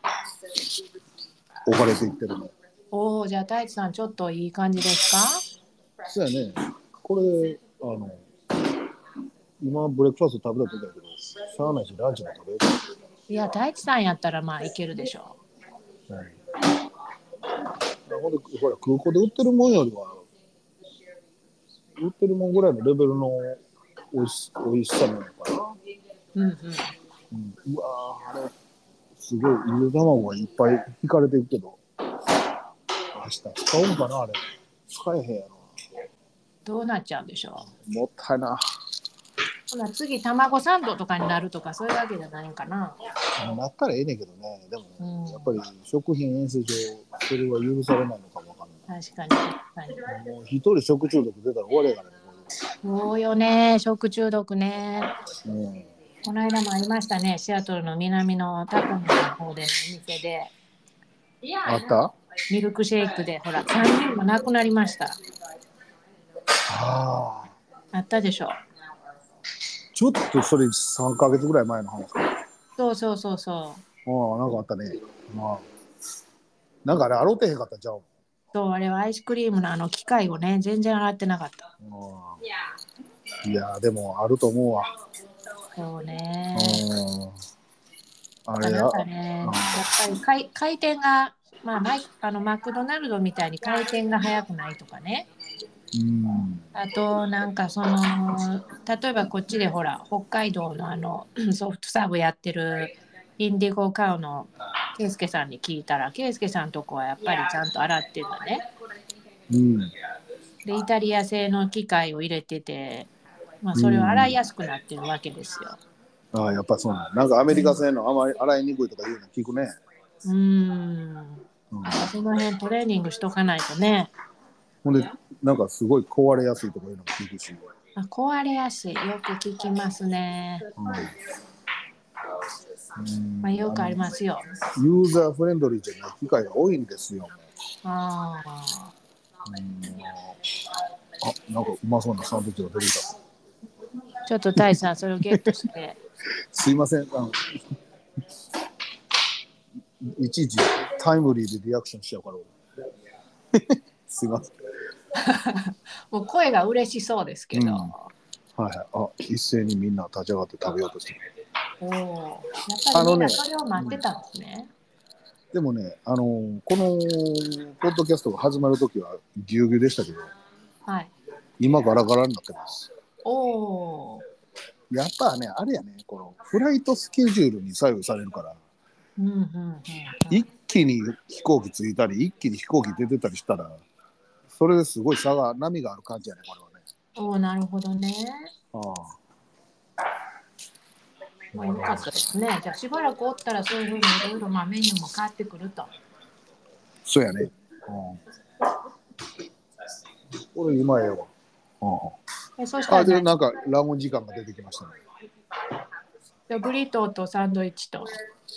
置かれていってるの。 おお、じゃあ太一さんちょっといい感じですか？ そうやね。これ、あの、今ブレックファースト食べた時だけど、しゃあないしランチも食べる。 いや、太一さんやったらまあいけるでしょう。はい。ほんで、ほら、空港で売ってるもんよりは、売ってるもんぐらいのレベルのおいしおいしさなのかな。 う。うんうん。 うん、うわー、あれ、すごい、ゆで卵がいっぱい引かれてるけど、明日使おうかな、あれ。使えへんやろ。 どうなっちゃうんでしょもったいな。 う。ほな次卵サンドとかになるとかそういうわけじゃないんかな。 なったらええねんけどね。でも、 うん、 やっぱり食品衛生上、それは許されないのかもわかんない。 確かに確かに。 もう一人食中毒出たら終わりやからね。 そうよね、食中毒ね。 うん、 この間もありましたね、シアトルの南のタコミの方でのお店で。 あった？ ミルクシェイクで、ほら、さんにんも亡くなりました。 ああ。 あったでしょ。 ちょっとそれさんかげつぐらい前の話か。 そうそうそうそあう。 あ、なんかあったね。まあ。なんかあれ、洗ってへんかったんちゃう？ そう、あれはアイスクリームのあの機械をね、全然洗ってなかった。 いや、でもあると思うわ。 そうね。 あれなんかね、やっぱり回回転が、まあ、マイあのマクドナルドみたいに回転が速くないとかね。 うん。 あと、なんかその、例えばこっちでほら、北海道のあのソフトサーブやってるインディゴカウの圭介さんに聞いたら、圭介さんとこはやっぱりちゃんと洗ってるのね。 うん。 で、イタリア製の機械を入れてて、まあ、それを洗いうん。 やすくなってるわけですよ。 ああ、やっぱそうなんだ。なんかアメリカ製のあまり洗いにくいとか言うの聞くね。 うーん。 うん、 やっぱその辺トレーニングしとかないとね。 ほんで、なんかすごい壊れやすいとかいうのも聞くし。 あ、壊れやすい。よく聞きますね。 うん。 まあ、よくありますよ。 ユーザーフレンドリーじゃない機会が多いんですよ。 ああ。 うん、あ、なんかうまそうなサンドイッチが出てきた。 ちょっとタイさん、それをゲットして。 すいません。あのいちいちタイムリーでリアクションしちゃうから。すいません。 もう声が嬉しそうですけど。うん、 はいはい。あ、一斉にみんな立ち上がって食べようとしてる。 おお。やっぱりみんなそれを待ってたんですね。 でもね、あのー、このポッドキャストが始まるときはぎゅうぎゅうでしたけど、 はい、 今ガラガラになってます。 おお。 やっぱね、あれやね、このフライトスケジュールに左右されるから、 うんうんうんうん、 一気に飛行機着いたり、一気に飛行機出てたりしたら、それですごい差が、波がある感じやね、これはね。 おお、なるほどね。ああ。まあ、よかったですね。じゃあしばらくおったらそういうふうにいろいろまあメニューも変わってくると。 そうやね。うん、これ今ええわ。うん、えそしたら、ね、あでなんかラゴン時間が出てきましたね。 じゃブリトーとサンドイッチと。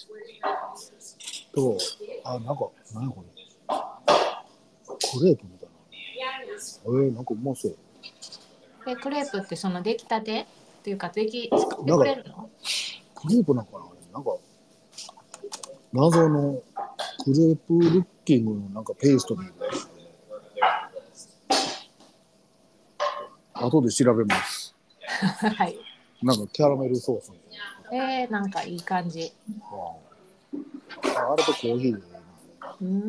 とあなんか何これ。クレープみたいな。えー、なんかうまそう。 でクレープってその出来たてっていうか出来作ってくれるの？ クレープなんかな、なんか謎のクレープルッキングのなんかペーストみたいな。後で調べます。 はい。 なんかキャラメルソースみたいな。えー、なんかいい感じ。 あ, あれとコーヒーで、ね。うん。うん、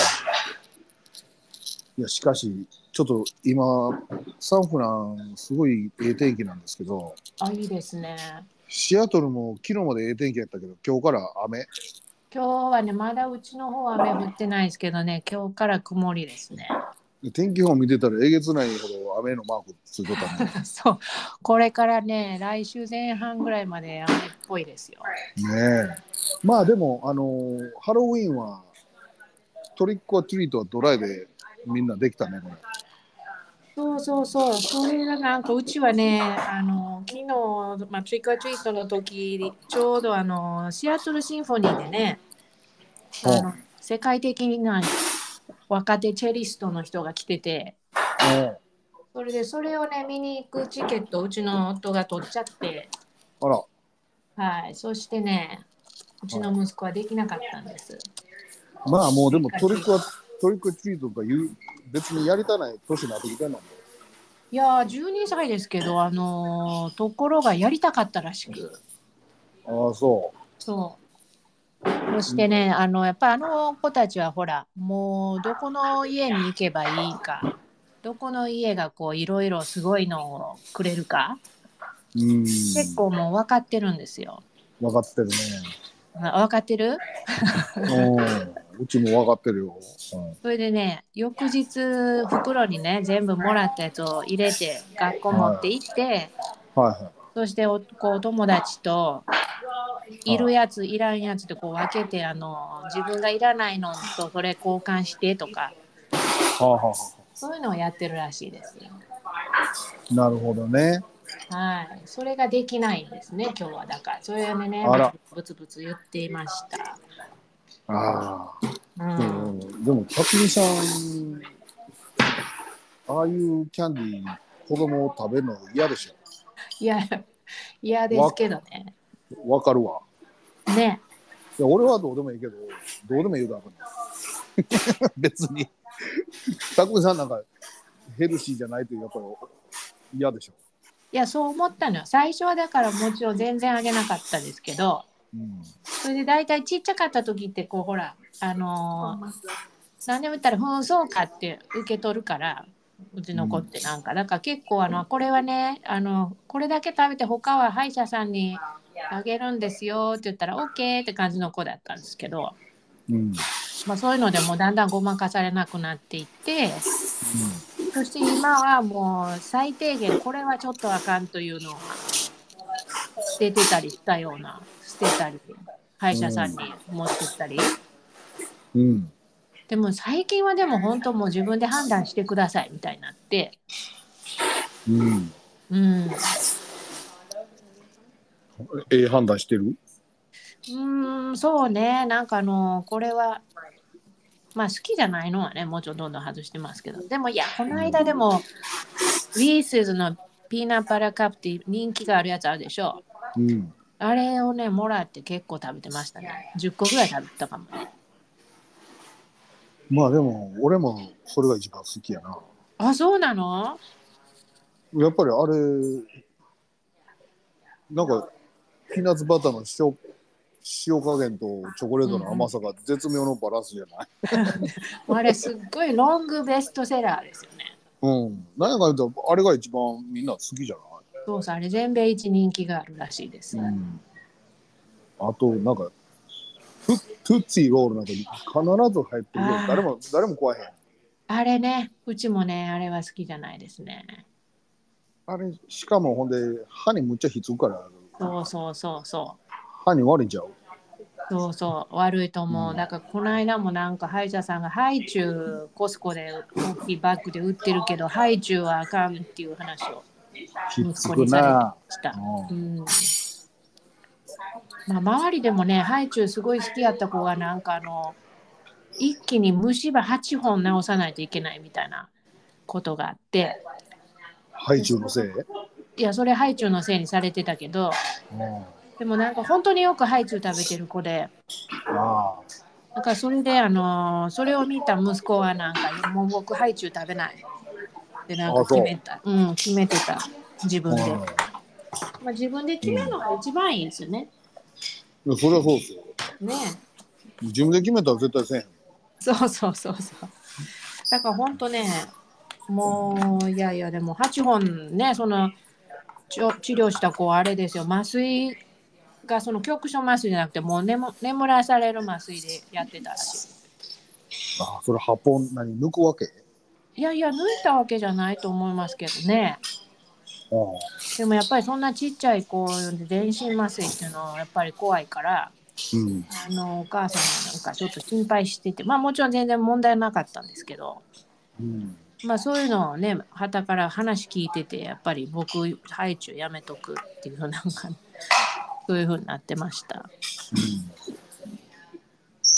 いやしかしちょっと今サンフランすごいええ天気なんですけど。 あ、いいですね。 シアトルも昨日までええ天気やったけど今日から雨。 今日はねまだうちの方は雨降ってないですけどね、今日から曇りですね。 天気予報見てたらえげつないほど雨のマークついてたね。 そうこれからね来週前半ぐらいまで雨っぽいですよねえ。まあでもあのー、ハロウィーンはトリックオアトリートはドライでみんなできたねこれ。 そうそうそう、それがなんかうちはね、あの昨日、まあ、トリックアトリートの時ちょうどあのシアトルシンフォニーでね、 あの世界的にな若手チェリストの人が来てて、それでそれをね見に行くチケットをうちの夫が取っちゃって、 あら。 はい、そしてねうちの息子はできなかったんです。 まあもうでもトリックはトリックチートとかいう別にやりたない年になってきてんの。 いやーじゅうにさいですけど、あのーところがやりたかったらしく、 ああそそう。そしてね、あのやっぱあの子たちはほらもうどこの家に行けばいいか、どこの家がこういろいろすごいのをくれるか、 う。うん。 結構もう分かってるんですよ。 分かってるね。 あ分かってる。 うん。うちも分かってるよ。 それでね、翌日袋にね全部もらったやつを入れて学校うん、はい持って行って、 はいはい。 そしておこうお友達といるはいやついらんやつでこう分けて、あの自分がいらないのとそれ交換してとか、 はあはあはそういうのをやってるらしいです。 あ、なるほどね。 はい、それができないんですね、今日は。だから、それでね、 あら。 ブツブツ言っていました。 ああ。 うでん、 も、でも、たくみさん、ああいうキャンディー、子供を食べるの嫌でしいや、嫌でょ。わ、 すけどね。 わかるわ。 ね。 いや、俺はどうでもいいけど、どうでもいいだろうね。別に。たくみさんなんか、ヘルシーじゃないとやっぱり嫌でしょ。 いや、そう思ったのよ。最初はだからもちろん全然あげなかったですけど、 うん。 それで大体ちっちゃかった時って、こう、ほら、あのー何でも言ったら、紛争かって受け取るから、うちの子ってなんか、だから結構、あの、これはね、あの、これだけ食べて、他は歯医者さんにあげるんですよって言ったら、OK って感じの子だったんですけど、 うん。うん。 まあ、そういうのでもうだんだんごまかされなくなっていって、そして今はもう最低限これはちょっとあかんというのは捨ててたりしたような、捨てたり歯医者さんに持ってったり。 うん。 でも最近はでも本当もう自分で判断してくださいみたいになって、 うん。 うん、 ええ判断してる。 うーんそうね、なんかあのこれはまあ好きじゃないのはねもうちょっとどんどん外してますけど、でもいやこの間でもウィースズのピーナッツバターカップって人気があるやつあるでしょ。 うん。 あれをね、もらって結構食べてましたね。じゅっこぐらい食べてたかもね。 まあでも、俺もそれが一番好きやな。 あ、そうなの？ やっぱりあれ、なんか、ピーナッツバターの塩、塩加減とチョコレートの甘さが絶妙のバランスじゃない。 あれすっごいロングベストセラーですよね。 うん。何やか言うと、あれが一番みんな好きじゃない。 そうそう、あれ全米一人気があるらしいです。 うん。あと、なんか、トゥッツィロールなんか必ず入ってるけど、誰あも、誰も食わへん。 あ、あれね、うちもね、あれは好きじゃないですね。 あれ、しかもほんで、歯にむっちゃひっつくから、 そうそうそうそう。 歯に悪いんちゃう。 そうそう、悪いと思う。 うん。 だからこの間もなんか歯医者さんがハイチュウコスコで大きいバッグで売ってるけど、ハイチュウはあかんっていう話を息ひっつく子にされてまな。 した。 うん。 うん。まあ、周りでもね、ハイチュウすごい好きやった子がなんかあの、一気に虫歯はちほん治さないといけないみたいなことがあって、 ハイチュウのせい。 いや、それハイチュウのせいにされてたけど、 うん。 でもなんか本当によくハイチュウ食べてる子で、 あだからそれであのそれを見た息子はなんか、もう僕ハイチュウ食べないってなんあ。 かあ、そう。 決めた。うん、決めてた。自分で。 うまあ、自分で決めるのが一番いいですよね。 ん。いやそれはそうですよ。 ねえ。 自分で決めたら絶対せえへん。 そうそうそうそう。だから本当ね、もういやいやでもはちほんね、そのちょ治療した子はあれですよ、麻酔がその局所麻酔じゃなくてもう眠眠らされる麻酔でやってたらしいです。 あ、それ発砲何抜くわけ。 いやいや抜いたわけじゃないと思いますけどね。 ああ。 でもやっぱりそんなちっちゃい子で全身麻酔っていうのはやっぱり怖いから、 うん。 あのお母さんがなんかちょっと心配してて、まあもちろん全然問題なかったんですけど、 うん。 まあそういうのをね、傍から話聞いてて、やっぱり僕、ハイチュウやめとくっていうなんか、そういう風になってました。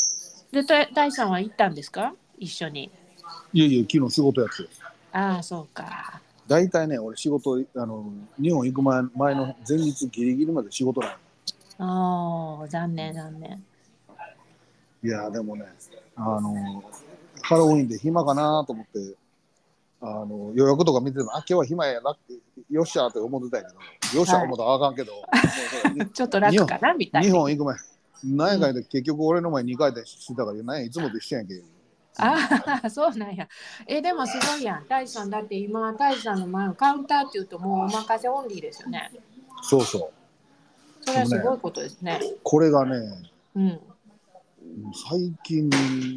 で、た大さんは行ったんですか一緒に。 いやいや、昨日仕事やってる。 ああ、そうか。 大体ね、俺仕事、あの、日本行く前前の前日ギリギリまで仕事ない。 ああ、残念残念。 いや、でもね、あの、ハロウィンで暇かなと思って、あの、予約とか見てても、あ、今日は暇やなって、よっしゃーって思ってたんやけど、よっしゃはい。 思ったらあかんけど、もうほら、にちょっと日本、 楽かなみたいな。 日本行く前、何やうん。 かんやで結局俺の前にかい転してたから、何やいつもと一緒やんけ。うん、 ああ、そうなんや。え、でもすごいやん。大地さんだって今、大地さんの前のカウンターっていうともうお任せオンリーですよね。 そうそそう。でもね、 れはすごいことですね。 これがね、 うん。 最近、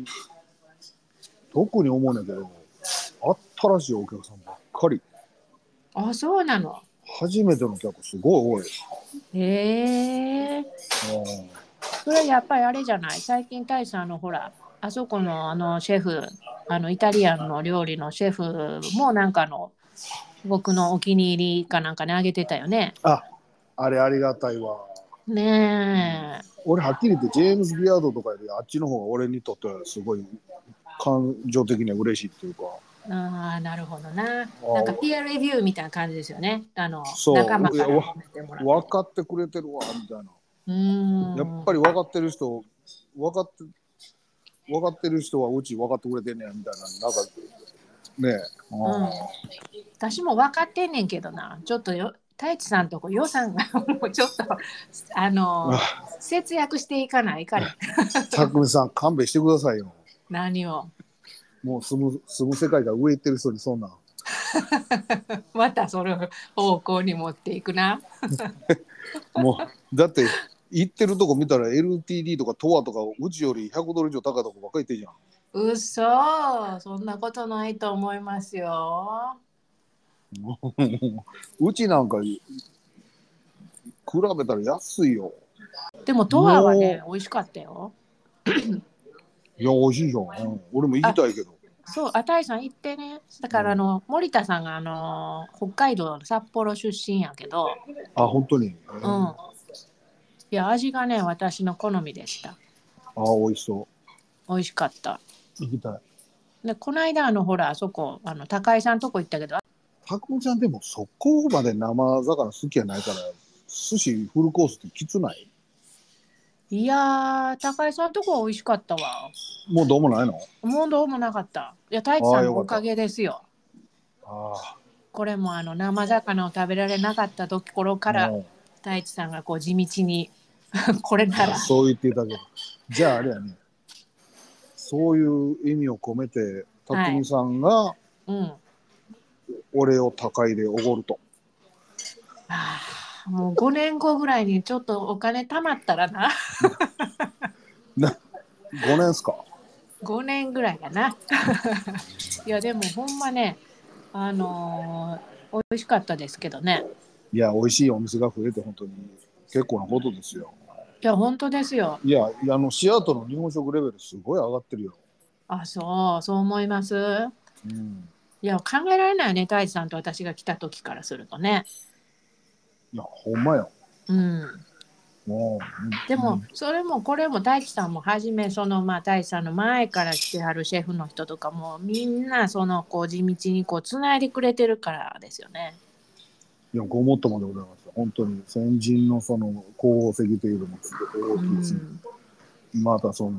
特に思うねんだけど、新しいお客さんばっかり。 あ、そうなの。 初めての客すごい多い。 へえ。 うんそれはやっぱりあれじゃない。最近大地さんのほら、あそこのあのシェフ、あのイタリアンの料理のシェフもなんかの僕のお気に入りかなんかにあげてたよね。 あ、あれありがたいわ。 ねえ。 俺はっきり言ってジェームズ・ビアードとかよりあっちの方が俺にとってはすごい感情的には嬉しいっていうか、 ああ、なるほどな。なんかあ、 ピアレビューみたいな感じですよね。あの仲間そう、いや、わから褒めてもらって。 分かってくれてるわみたいな。 うーやっん。 ぱり分かってる人、分かって分かってる人はうち分かってくれてんねやみたいな、なんかね、 うん。 あ私も分かってんねんけどな。ちょっとよ、太一さんとこ予算がもうちょっと、あの、 あ、 節約していかないかね。 たくみさん勘弁してくださいよ。 何を。 もう住む住む世界が上行ってる人にそんな。 またその方向に持っていくな。 もうだって行ってるとこ見たら エルティーディー とかトアとかうちよりひゃくドル以上高いとこばっかり行ってるじゃん。 うそ、そんなことないと思いますよ。 うちなんか比べたら安いよ。 でもトアはね、 も美味しかったよ。 う、いや、美味しいじゃん。うん、俺も行きあ、 たいけど。 そう、あたいさん行ってね。だうん、 からあの、森田さんがあの、北海道の札幌出身やけど、 あ、本当に。 うん。いや、味がね、私の好みでした。 あ、美味しそ美味しかった。 う。行きたい。 で、この間、あの、ほら、あそこ、あの、高井さんとこ行ったけど、 たくみちゃんでもそこまで生魚好きやないから、寿司フルコースってきつない？ いやー、高井さんとこは美味しかったわ。 もうどうもないの？ もうどうもなかった。いや、太一ああ、 さんよかった。 のおかげですよ。 ああ、 これもあの生魚を食べられなかったところからも太一さんがこう地道にこれなう、 ら。 そう言っていただけど。じゃああれやね、そういう意味を込めて、たはい。 くみさんがうん。 俺を高いでおごると。 ああ、もうごねんごぐらいにちょっとお金貯まったらな。 な、ごねんっすか？ ごねんぐらいやな。いやでもほんまね、あのー美味しかったですけどね。 いや、美味しいお店が増えて本当に結構なことですよ。 いや本当ですよ。 いや、いやあのシアトルの日本食レベルすごい上がってるよ。 あ、そうそう思います。 うん。 いや考えられないよね、太一さんと私が来た時からするとね。 いや、ほんまよ。 うん。 もでう、うもん、 それもこれも大地さんもはじめそのまあ大地さんの前から来てはるシェフの人とかもみんなそのこう地道にこうつないでくれてるからですよね。 いや、ごもっともでございます。本当に先人のその功績というのも大うきいし、 ん。 またその、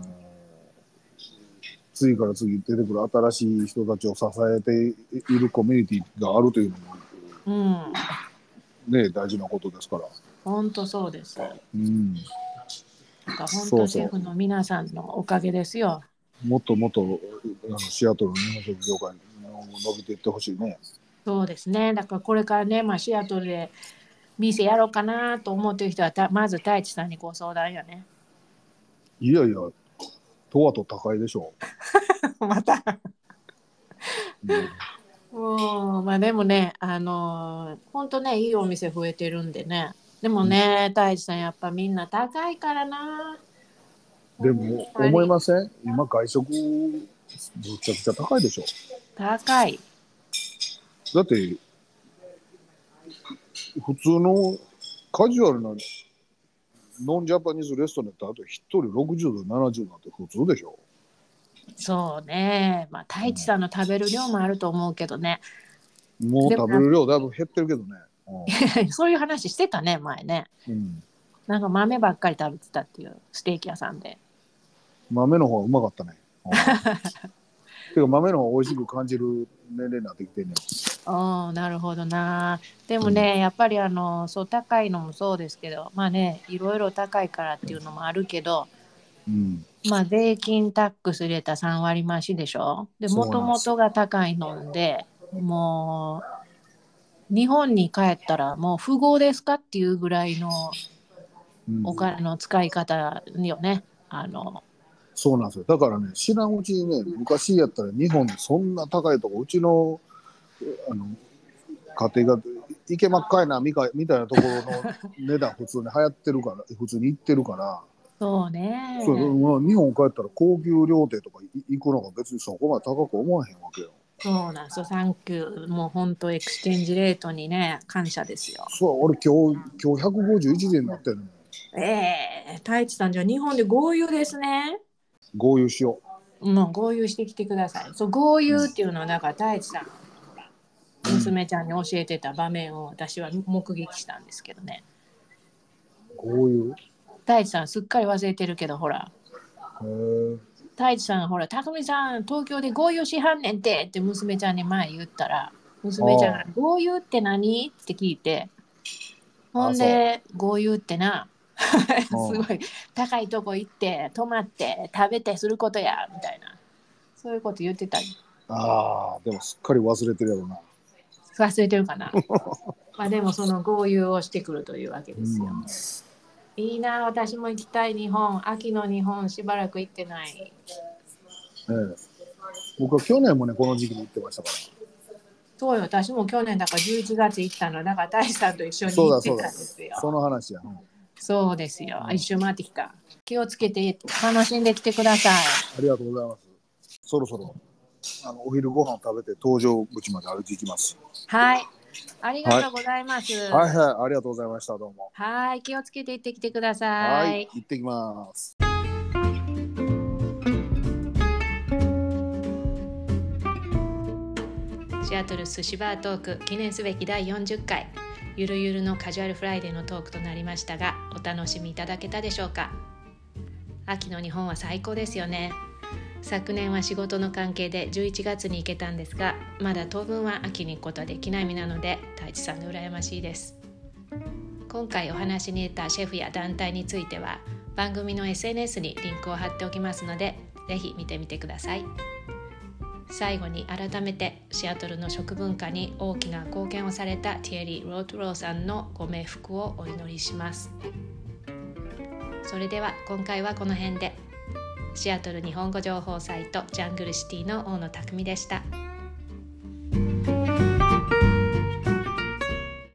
次から次出てくる新しい人たちを支えているコミュニティがあるというのも、 うん。 ね、大事なことですから。 本当そうです。 うん。 なんか本そうそ当シェフの皆さんのおかげですよ。 う。もっともっとあのシアトルの日本食業界に伸びていってほしいね。 そうですね。だからこれからね、まあ、シアトルで店やろうかなと思ってる人はたまず太一さんにご相談よね。 いやいや、トワと高いでしょまた。 う。うん、 もうまあでもね、あのー、本当ね、いいお店増えてるんでね。でもね、太一さんやっぱみんな高いからな。ほんでも思いまにません？今外食むちゃくちゃ高いでしょ。 高い。 だって普通のカジュアルなノンジャパニーズレストランってあと一人ろくじゅうドルななじゅうなんて普通でしょ。 そうね、まあ太一さんの食べる量もあると思うけどね。 もうでも食べる量だいぶ減ってるけどね。 そういう話してたね前ね。 うん、 なんか豆ばっかり食べてたっていうステーキ屋さんで。 豆の方がうまかったね。てか豆の方が美味しく感じる年齢になってきてんね。 ああ、なるほどな。でもね、うん、やっぱりあのそう高いのもそうですけど、まあね、いろいろ高いからっていうのもあるけど、うん、まあ税金タックス入れたさん割増しでしょ。で、もともとが高いので、もう日本に帰ったらもう富豪ですかっていうぐらいのお金の使い方よね。うん、あのそうなんですよ。だからね、知らんうちにね、昔やったら日本でそんな高いとこ、うちのあの家庭がいけまっかいなみたいなところの値段普通に流行ってるから普通に行ってるから、 そうね、 そう、まあ、日本帰ったら高級料亭とか行くのが別にそこまで高く思わへんわけよ。 そうなんですよ。サンキュー。もう本当エクスチェンジレートにね感謝ですよ。 そう、俺今日今日ひゃくごじゅういちえんになってるの。 ええー、太一さんじゃ日本で豪遊ですね。 豪遊しよう。もう豪遊してきてください。そう豪遊っていうのはだから太一さん娘ちゃんに教えてた場面を私は目撃したんですけどね。 豪遊？ 太一さんすっかり忘れてるけどほら。 へえ。 太一さんほら匠さん東京で豪遊しはんねんてって娘ちゃんに前言ったら娘ちゃんが豪遊って何って聞いて、ほんで豪遊ってなすごい高いとこ行って泊まって食べてすることやみたいなそういうこと言ってたり。 ああ、でもすっかり忘れてるやろな。 忘れてるかなまあでもその豪遊をしてくるというわけですよ、うん、いいな。私も行きたい日本。秋の日本しばらく行ってない、 ええ、僕は去年もねこの時期に行ってましたから。 そうよ、私も去年だからじゅういちがつ行ったのだから大志さんと一緒に行ってたんですよ。 そ, その話や、うん、 そうですよ、うん、一周回ってきた。気をつけて楽しんできてください。 ありがとうございます。そろそろあのお昼ご飯を食べて搭乗口まで歩いていきます。 はい、ありがとうございます。 はい、はいはい、ありがとうございました。どうも。 はい、気をつけて行ってきてください。 はい、行ってきます。 シアトル寿司バートーク記念すべきだいよんじゅっかい、ゆるゆるのカジュアルフライデーのトークとなりましたが、お楽しみいただけたでしょうか。秋の日本は最高ですよね。昨年は仕事の関係でじゅういちがつに行けたんですが、まだ当分は秋に行くことはできない身なので太一さんが羨ましいです。今回お話に出たシェフや団体については番組の エスエヌエス にリンクを貼っておきますので、ぜひ見てみてください。最後に改めてシアトルの食文化に大きな貢献をされたティエリー・ロートローさんのご冥福をお祈りします。それでは今回はこの辺で。シアトル日本語情報サイトジャングルシティの大野拓実でした。